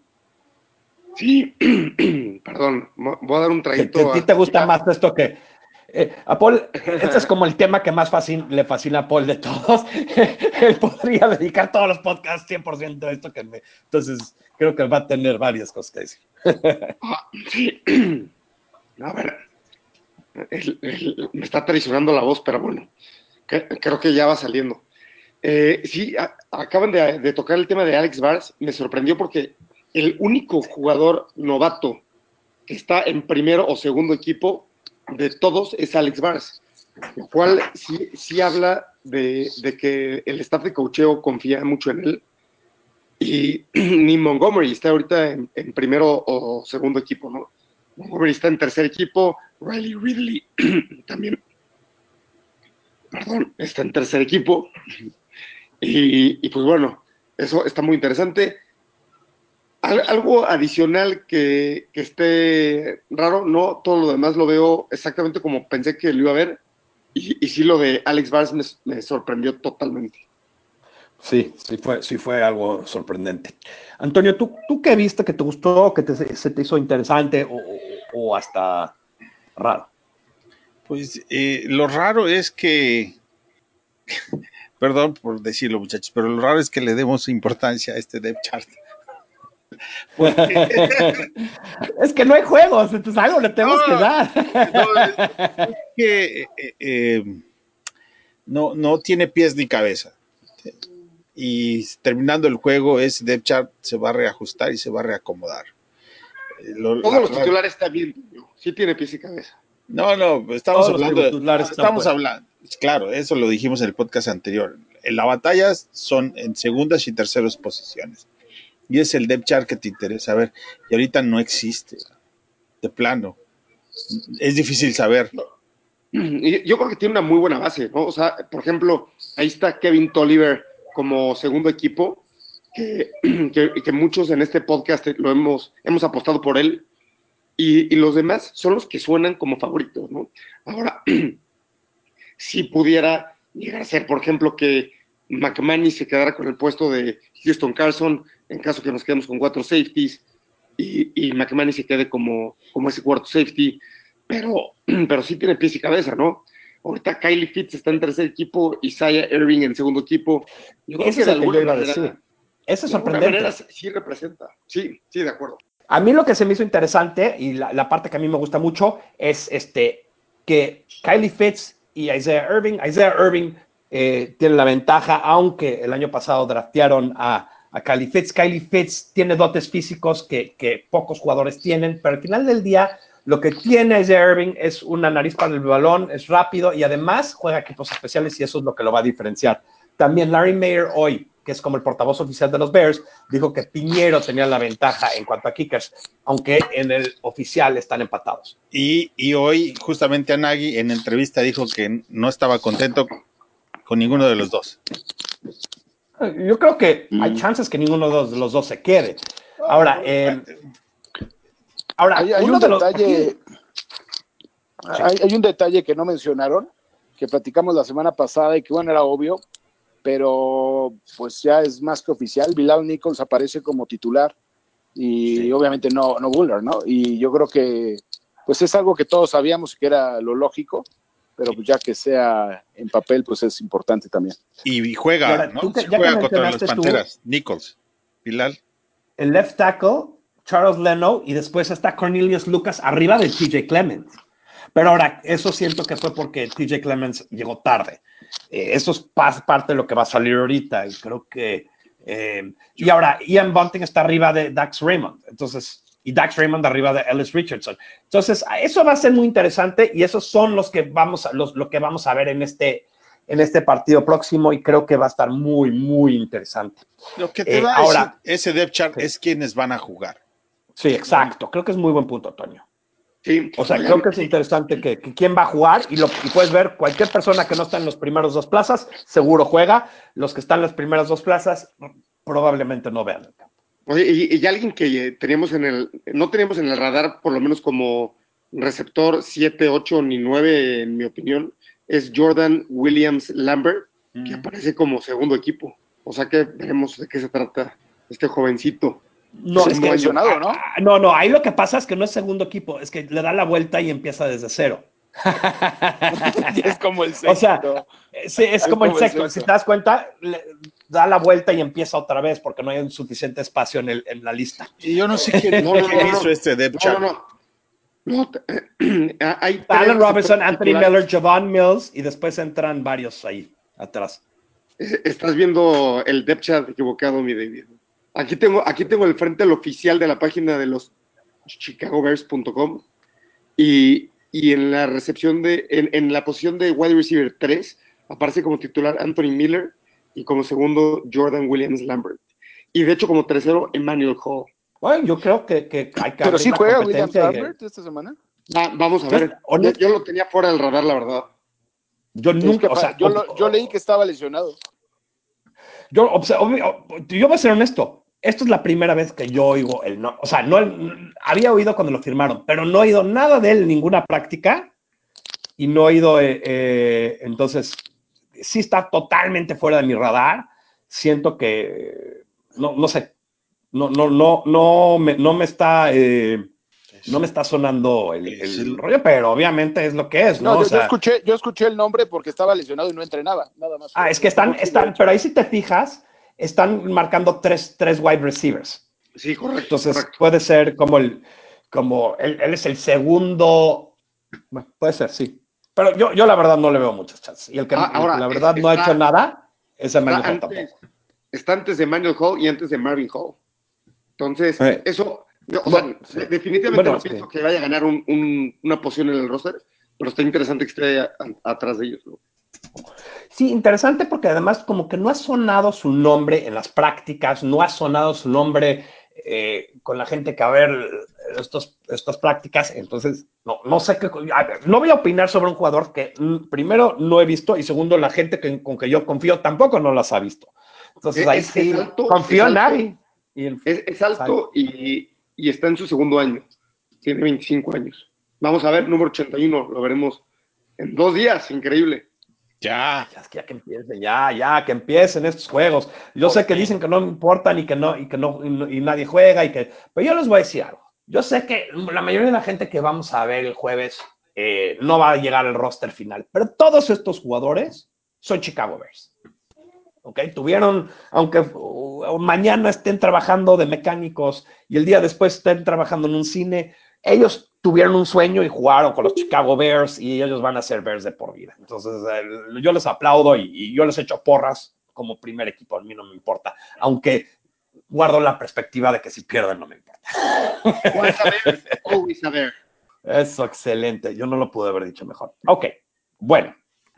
Sí, perdón, voy a dar un traguito. ¿A ti te gusta más esto que, Eh, a Paul, este es como el tema que más fascin, le fascina a Paul de todos. Él podría dedicar todos los podcasts cien por ciento a esto que me. Entonces, creo que va a tener varias cosas que decir. Ah, sí. A ver, el, el, me está traicionando la voz, pero bueno, que, creo que ya va saliendo. Eh, sí, a, acaban de, de tocar el tema de Alex Bars. Me sorprendió porque el único jugador novato que está en primero o segundo equipo de todos es Alex Bars, lo cual sí, sí habla de, de que el staff de coacheo confía mucho en él. Y ni Montgomery está ahorita en, en primero o segundo equipo, ¿no? Montgomery está en tercer equipo, Riley Ridley también, perdón, está en tercer equipo. Y, y pues bueno, eso está muy interesante. Al, algo adicional que, que esté raro, no, todo lo demás lo veo exactamente como pensé que lo iba a ver. Y, y sí, lo de Alex Bars me, me sorprendió totalmente. Sí, sí fue, sí fue algo sorprendente. Antonio, ¿tú, tú qué viste que te gustó, que te, se te hizo interesante o, o, o hasta raro? Pues eh, lo raro es que, perdón por decirlo muchachos, pero lo raro es que le demos importancia a este depth chart. Porque, es que no hay juegos, entonces algo le tenemos no, que dar. no, es que eh, eh, no, no tiene pies ni cabeza. Y terminando el juego, ese depth chart se va a reajustar y se va a reacomodar. Eh, lo, Todos la los verdad, titulares están bien, sí tiene pies y cabeza. no, no, estamos Todos los hablando, de, titulares están estamos puestos. hablando, claro, eso lo dijimos en el podcast anterior. En la batalla son en segundas y terceras posiciones. Y es el depth chart que te interesa ver. Y ahorita no existe, de plano. Es difícil saber. Y yo creo que tiene una muy buena base, ¿no? O sea, por ejemplo, ahí está Kevin Tolliver como segundo equipo, que, que, que muchos en este podcast lo hemos, hemos apostado por él, y, y los demás son los que suenan como favoritos, ¿no? Ahora, si pudiera llegar a ser, por ejemplo, que McManus se quedara con el puesto de Houston Carson, en caso que nos quedemos con cuatro safeties, y, y McManus se quede como, como ese cuarto safety, pero, pero sí tiene pies y cabeza, ¿no? Ahorita Kylie Fitz está en tercer equipo, Isaiah Irving en segundo equipo. Yo creo Ese que es de el que yo alguna iba a manera, decir. Ese es de alguna sorprendente. manera sí representa. Sí, sí, de acuerdo. A mí lo que se me hizo interesante y la, la parte que a mí me gusta mucho es este, que Kylie Fitz y Isaiah Irving, Isaiah Irving eh, tiene la ventaja, aunque el año pasado draftearon a, a Kylie Fitz. Kylie Fitz tiene dotes físicos que, que pocos jugadores tienen, pero al final del día lo que tiene Isaiah Irving es una nariz para el balón, es rápido y además juega equipos especiales y eso es lo que lo va a diferenciar También Larry Mayer hoy, que es como el portavoz oficial de los Bears, dijo que Piñero tenía la ventaja en cuanto a kickers, aunque en el oficial están empatados. Y, y hoy justamente Nagy en entrevista dijo que no estaba contento con ninguno de los dos. Yo creo que hay chances que ninguno de los, de los dos se quede. Ahora, eh, ahora hay, hay uno un de los, detalle, Sí. hay, hay un detalle que no mencionaron, que platicamos la semana pasada y que bueno, era obvio, pero pues ya es más que oficial. Bilal Nichols aparece como titular y Sí. obviamente no, no Bullard, ¿no? Y yo creo que pues es algo que todos sabíamos que era lo lógico, pero pues ya que sea en papel, pues es importante también. Y Y juega, ahora, ¿no? tú que- Sí ya que juega contra los mencionaste tú, Panteras. Nichols, Bilal. el left tackle, Charles Leno, y después está Cornelius Lucas arriba de T J Clements. Pero ahora, eso siento que fue porque T J Clements llegó tarde. Eh, eso es pa- parte de lo que va a salir ahorita, y creo que... eh, y ahora, Ian Bunting está arriba de Dax Raymond, entonces, y Dax Raymond arriba de Ellis Richardson. Entonces, eso va a ser muy interesante, y esos son los que vamos a, los, lo que vamos a ver en este, en este partido próximo, y creo que va a estar muy, muy interesante. Lo que te Eh, va a ahora, decir ese depth chart sí. es quienes van a jugar. Sí, exacto. Creo que es muy buen punto, Toño. Sí, O sea, oigan, creo que es interesante que, que quién va a jugar y, lo, y puedes ver cualquier persona que no está en los primeros dos plazas, seguro juega. Los que están en las primeras dos plazas probablemente no vean el campo. oye, y, y alguien que eh, teníamos en el, no teníamos en el radar, por lo menos como receptor siete, ocho ni nueve, en mi opinión, es Jordan Williams Lambert, que Mm. aparece como segundo equipo. O sea que veremos de qué se trata este jovencito. No, es Segundo que año. Mencionado, ¿no? ah, no, no, ahí lo que pasa es que no es segundo equipo, es que le da la vuelta y empieza desde cero. Ya es como el sexto. O sea, sí, es como el sexto. Si te das cuenta, le da la vuelta y empieza otra vez porque no hay un suficiente espacio en, el, en la lista. Y yo no sé quién, No, no, quién no, no, hizo no. este depth No, chart. no, no. No, hay tres Allen Robinson, receptores Anthony titulares. Miller, Javon Mills y después entran varios ahí atrás. Estás viendo el depth chart equivocado, mi David. Aquí tengo, aquí tengo el frente el oficial de la página de los chicago bears punto com y, y en la recepción de, en, en la posición de wide receiver tres aparece como titular Anthony Miller y como segundo Jordan Williams Lambert. Y de hecho como tercero Emmanuel Hall. Bueno, yo creo que, que hay que Pero abrir sí la juega Williams competencia. Lambert esta semana. Va, vamos a Yo, ver. Yo, honest, yo lo tenía fuera del radar, la verdad. yo Es nunca, que o sea, yo, ob- lo, yo leí que estaba lesionado. yo, obse- ob- yo voy a ser honesto. Esto es la primera vez que yo oigo el no. O sea, no el- había oído cuando lo firmaron, pero no he oído nada de él en ninguna práctica y no he oído. Eh, eh, entonces, sí está totalmente fuera de mi radar. Siento que no, no sé. No, no, no, no me, no me está. Eh, no me está sonando el, Es el el- rollo, pero obviamente es lo que es, ¿no? No, O yo, yo sea, escuché, yo escuché el nombre porque estaba lesionado y no entrenaba, nada más. ah, es que El están, rookie, de están, hecho. pero ahí si te fijas, están marcando tres, tres wide receivers. Sí, correcto. Entonces correcto. puede ser como el, como él, él es el segundo, bueno, puede ser, sí. Pero yo, yo la verdad no le veo muchas chances. Y el que, Ah, el que ahora, la es- verdad no ha está, hecho nada es Emmanuel está Hall antes, tampoco. está antes de Emmanuel Hall y antes de Marvin Hall. Entonces, Eh. eso, o Bueno, sea, sí. de- definitivamente Bueno, no sí. pienso que vaya a ganar un, un, una posición en el roster, pero está interesante que esté a, a, atrás de ellos, ¿no? Sí, interesante porque además como que no ha sonado su nombre en las prácticas, no ha sonado su nombre eh, con la gente que va a ver estos, estas prácticas, entonces no, no sé qué, a ver, no voy a opinar sobre un jugador que mm, primero no he visto y segundo la gente que, con que yo confío tampoco no las ha visto. Entonces ahí Es, sí es alto, confío es en alto, Nagy. Y en, es, es alto y, y está en su segundo año. Tiene veinticinco años. Vamos a ver, número ochenta y uno, lo veremos en dos días, increíble. Ya. Ya, ya que empiecen, ya, ya, que empiecen estos juegos. Yo sé que dicen que no importan y que no, y que no, y, no, y nadie juega, y que, pero yo les voy a decir algo. Yo sé que la mayoría de la gente que vamos a ver el jueves eh, no va a llegar al roster final, pero todos estos jugadores son Chicago Bears. ¿Ok? Tuvieron, aunque uh, mañana estén trabajando de mecánicos y el día después estén trabajando en un cine, ellos tuvieron un sueño y jugaron con los Chicago Bears y ellos van a ser Bears de por vida. Entonces, eh, yo les aplaudo y, y yo les echo porras como primer equipo, a mí no me importa, aunque guardo la perspectiva de que si pierden no me importa. Once a ver, always a ver. Eso, excelente, yo no lo pude haber dicho mejor. Ok, bueno,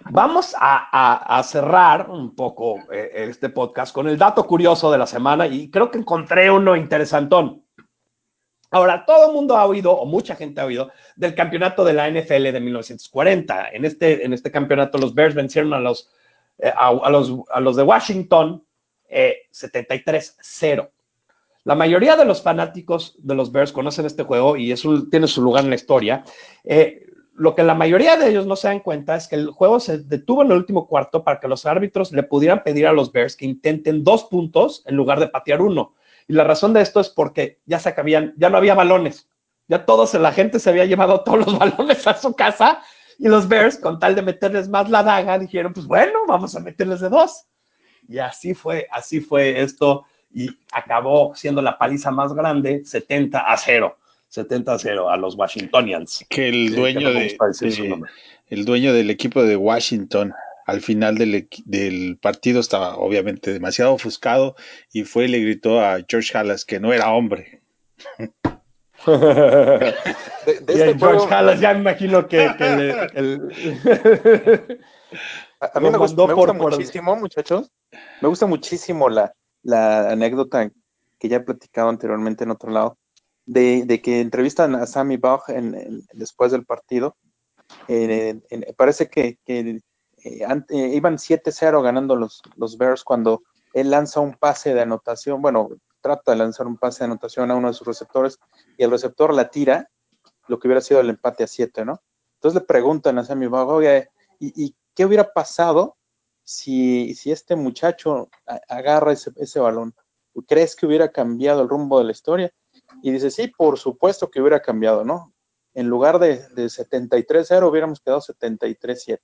Vamos a, a, a cerrar un poco eh, este podcast con el dato curioso de la semana y creo que encontré uno interesantón. Ahora, todo el mundo ha oído, o mucha gente ha oído, del campeonato de la N F L de mil novecientos cuarenta. En este, en este campeonato los Bears vencieron a los, eh, a, a los, a los de Washington eh, setenta y tres cero. La mayoría de los fanáticos de los Bears conocen este juego y eso tiene su lugar en la historia. Eh, lo que la mayoría de ellos no se dan cuenta es que el juego se detuvo en el último cuarto para que los árbitros le pudieran pedir a los Bears que intenten dos puntos en lugar de patear uno. Y la razón de esto es porque ya se acabían, ya no había balones. Ya todos, la gente se había llevado todos los balones a su casa y los Bears, con tal de meterles más la daga, dijeron, pues bueno, vamos a meterles de dos. Y así fue, así fue esto y acabó siendo la paliza más grande, setenta a cero. setenta a cero a los Washingtonians. Que el dueño, que de, de el dueño del equipo de Washington al final del, del partido estaba obviamente demasiado ofuscado y fue y le gritó a George Halas que no era hombre. de, de y este George juego... Halas ya me imagino que, que le, el... a, a mí me gusta, me gusta por, muchísimo, por... muchachos, me gusta muchísimo la, la anécdota que ya he platicado anteriormente en otro lado, de, de que entrevistan a Sammy Bach en, en, después del partido. Eh, en, parece que, que eh, ante, eh, iban siete cero ganando los, los Bears cuando él lanza un pase de anotación, bueno, trata de lanzar un pase de anotación a uno de sus receptores y el receptor la tira, lo que hubiera sido el empate a siete, ¿no? Entonces le preguntan a Sammy Bach, oye, ¿y, y qué hubiera pasado si, si este muchacho agarra ese, ese balón? ¿Crees que hubiera cambiado el rumbo de la historia? Y dice, sí, por supuesto que hubiera cambiado, ¿no? En lugar de, de setenta y tres cero hubiéramos quedado setenta y tres siete.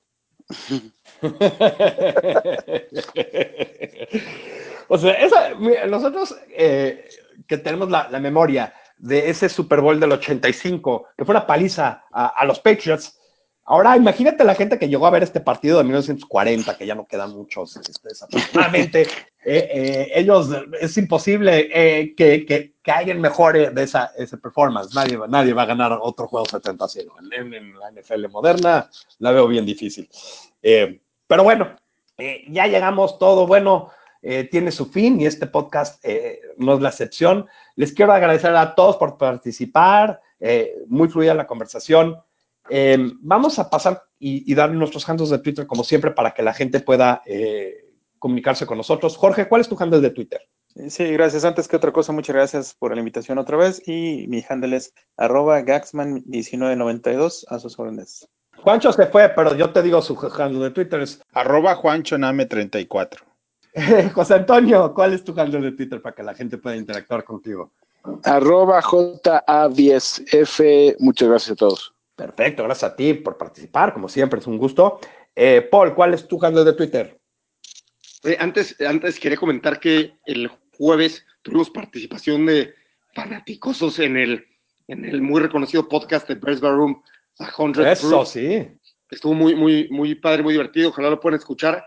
O sea, esa, nosotros eh, que tenemos la, la memoria de ese Super Bowl del ochenta y cinco, que fue una paliza a, a los Patriots. Ahora, imagínate la gente que llegó a ver este partido de mil novecientos cuarenta, que ya no quedan muchos, este, desafortunadamente. eh, eh, ellos, es imposible eh, que, que, que alguien mejore de esa, esa performance. Nadie, nadie va a ganar otro juego setenta a cero. En, en la N F L moderna la veo bien difícil. Eh, pero bueno, eh, ya llegamos todo. Bueno, eh, tiene su fin y este podcast eh, no es la excepción. Les quiero agradecer a todos por participar. Eh, muy fluida la conversación. Eh, vamos a pasar y, y dar nuestros handles de Twitter como siempre para que la gente pueda eh, comunicarse con nosotros. Jorge, ¿cuál es tu handle de Twitter? Sí, gracias. Antes que otra cosa, muchas gracias por la invitación otra vez y mi handle es arroba gaxman diecinueve noventa y dos a sus órdenes. Juancho se fue, pero yo te digo su handle de Twitter es arroba juanchoname treinta y cuatro. José Antonio, ¿cuál es tu handle de Twitter para que la gente pueda interactuar contigo? Arroba J A diez F. Muchas gracias a todos. Perfecto, gracias a ti por participar, como siempre, es un gusto. Eh, Paul, ¿cuál es tu handle de Twitter? Eh, antes, antes quería comentar que el jueves tuvimos participación de fanaticosos en el, en el muy reconocido podcast de Bears Bar Room, A Hundred Eso, Proof. Sí. Estuvo muy, muy, muy padre, muy divertido, ojalá lo puedan escuchar.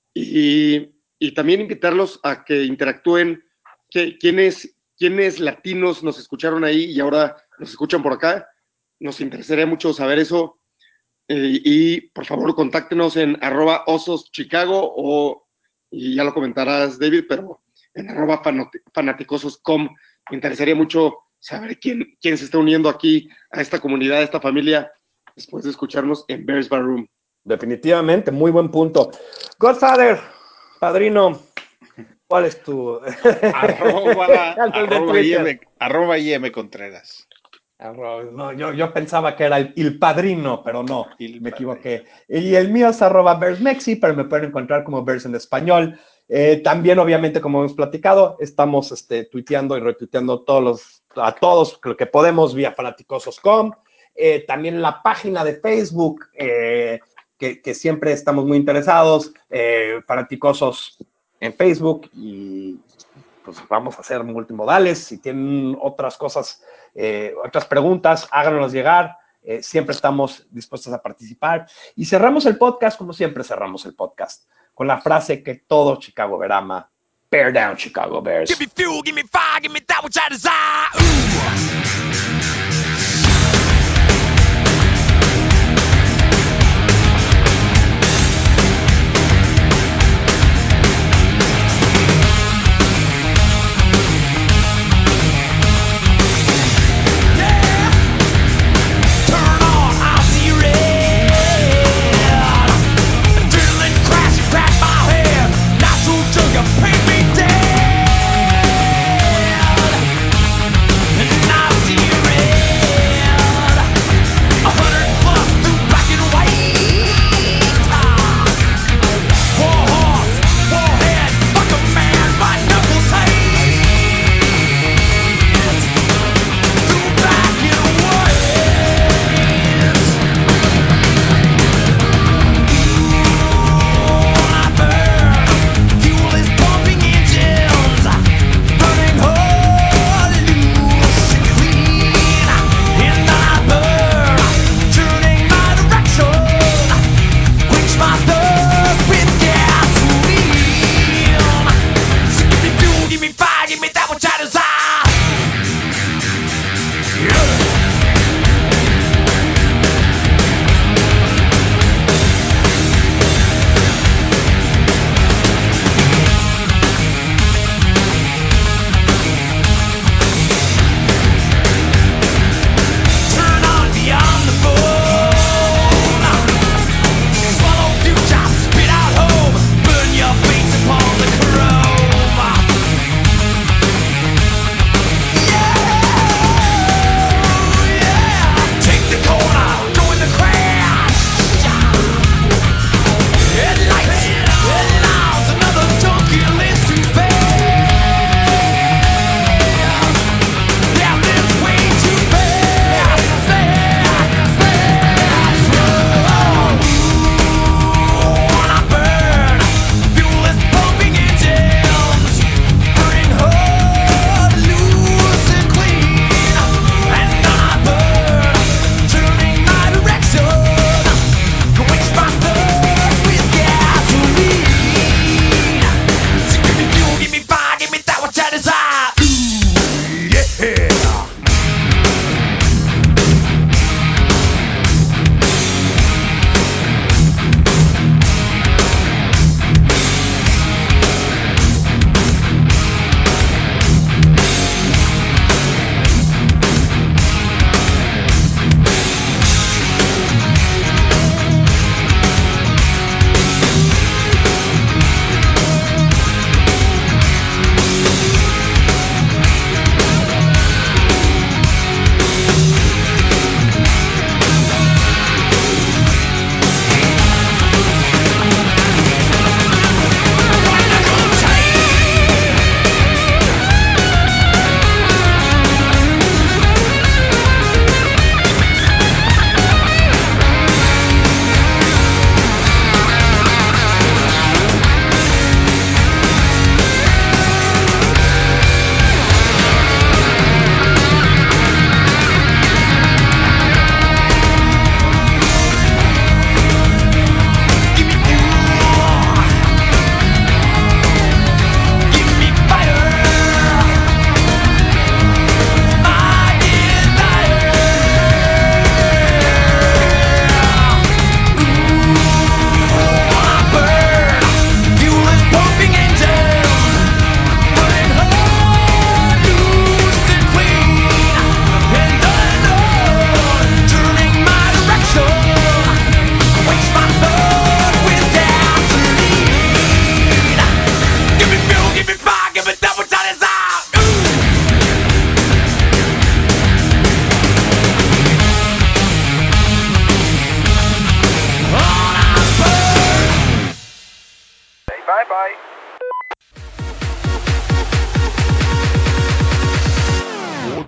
Y, y también invitarlos a que interactúen, que, quiénes, quiénes latinos nos escucharon ahí y ahora nos escuchan por acá. Nos interesaría mucho saber eso. Eh, y por favor, contáctenos en arroba osos Chicago o, y ya lo comentarás, David, pero en arroba fanaticosos punto com. Me interesaría mucho saber quién, quién se está uniendo aquí a esta comunidad, a esta familia, después de escucharnos en Bears Bar Room. Definitivamente, muy buen punto. Godfather, padrino, ¿cuál es tu? arroba, arroba, I M, arroba I M Contreras. No, yo, yo pensaba que era el, el padrino, pero no, el me equivoqué. Y el mío es arroba BearsMexi, pero me pueden encontrar como Bears en español. Eh, también, obviamente, como hemos platicado, estamos este, tuiteando y retuiteando todos los, a todos lo que podemos vía fanaticosos punto com. Eh, también la página de Facebook, eh, que, que siempre estamos muy interesados, eh, fanaticosos en Facebook, y pues vamos a hacer multimodales. Si tienen otras cosas, eh, otras preguntas, háganos llegar. Eh, siempre estamos dispuestos a participar. Y cerramos el podcast, como siempre cerramos el podcast, con la frase que todo Chicago Bear ama: Bear down, Chicago Bears. Give me fuel, give me fire, give me that which I desire. Ooh.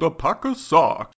The Packers suck.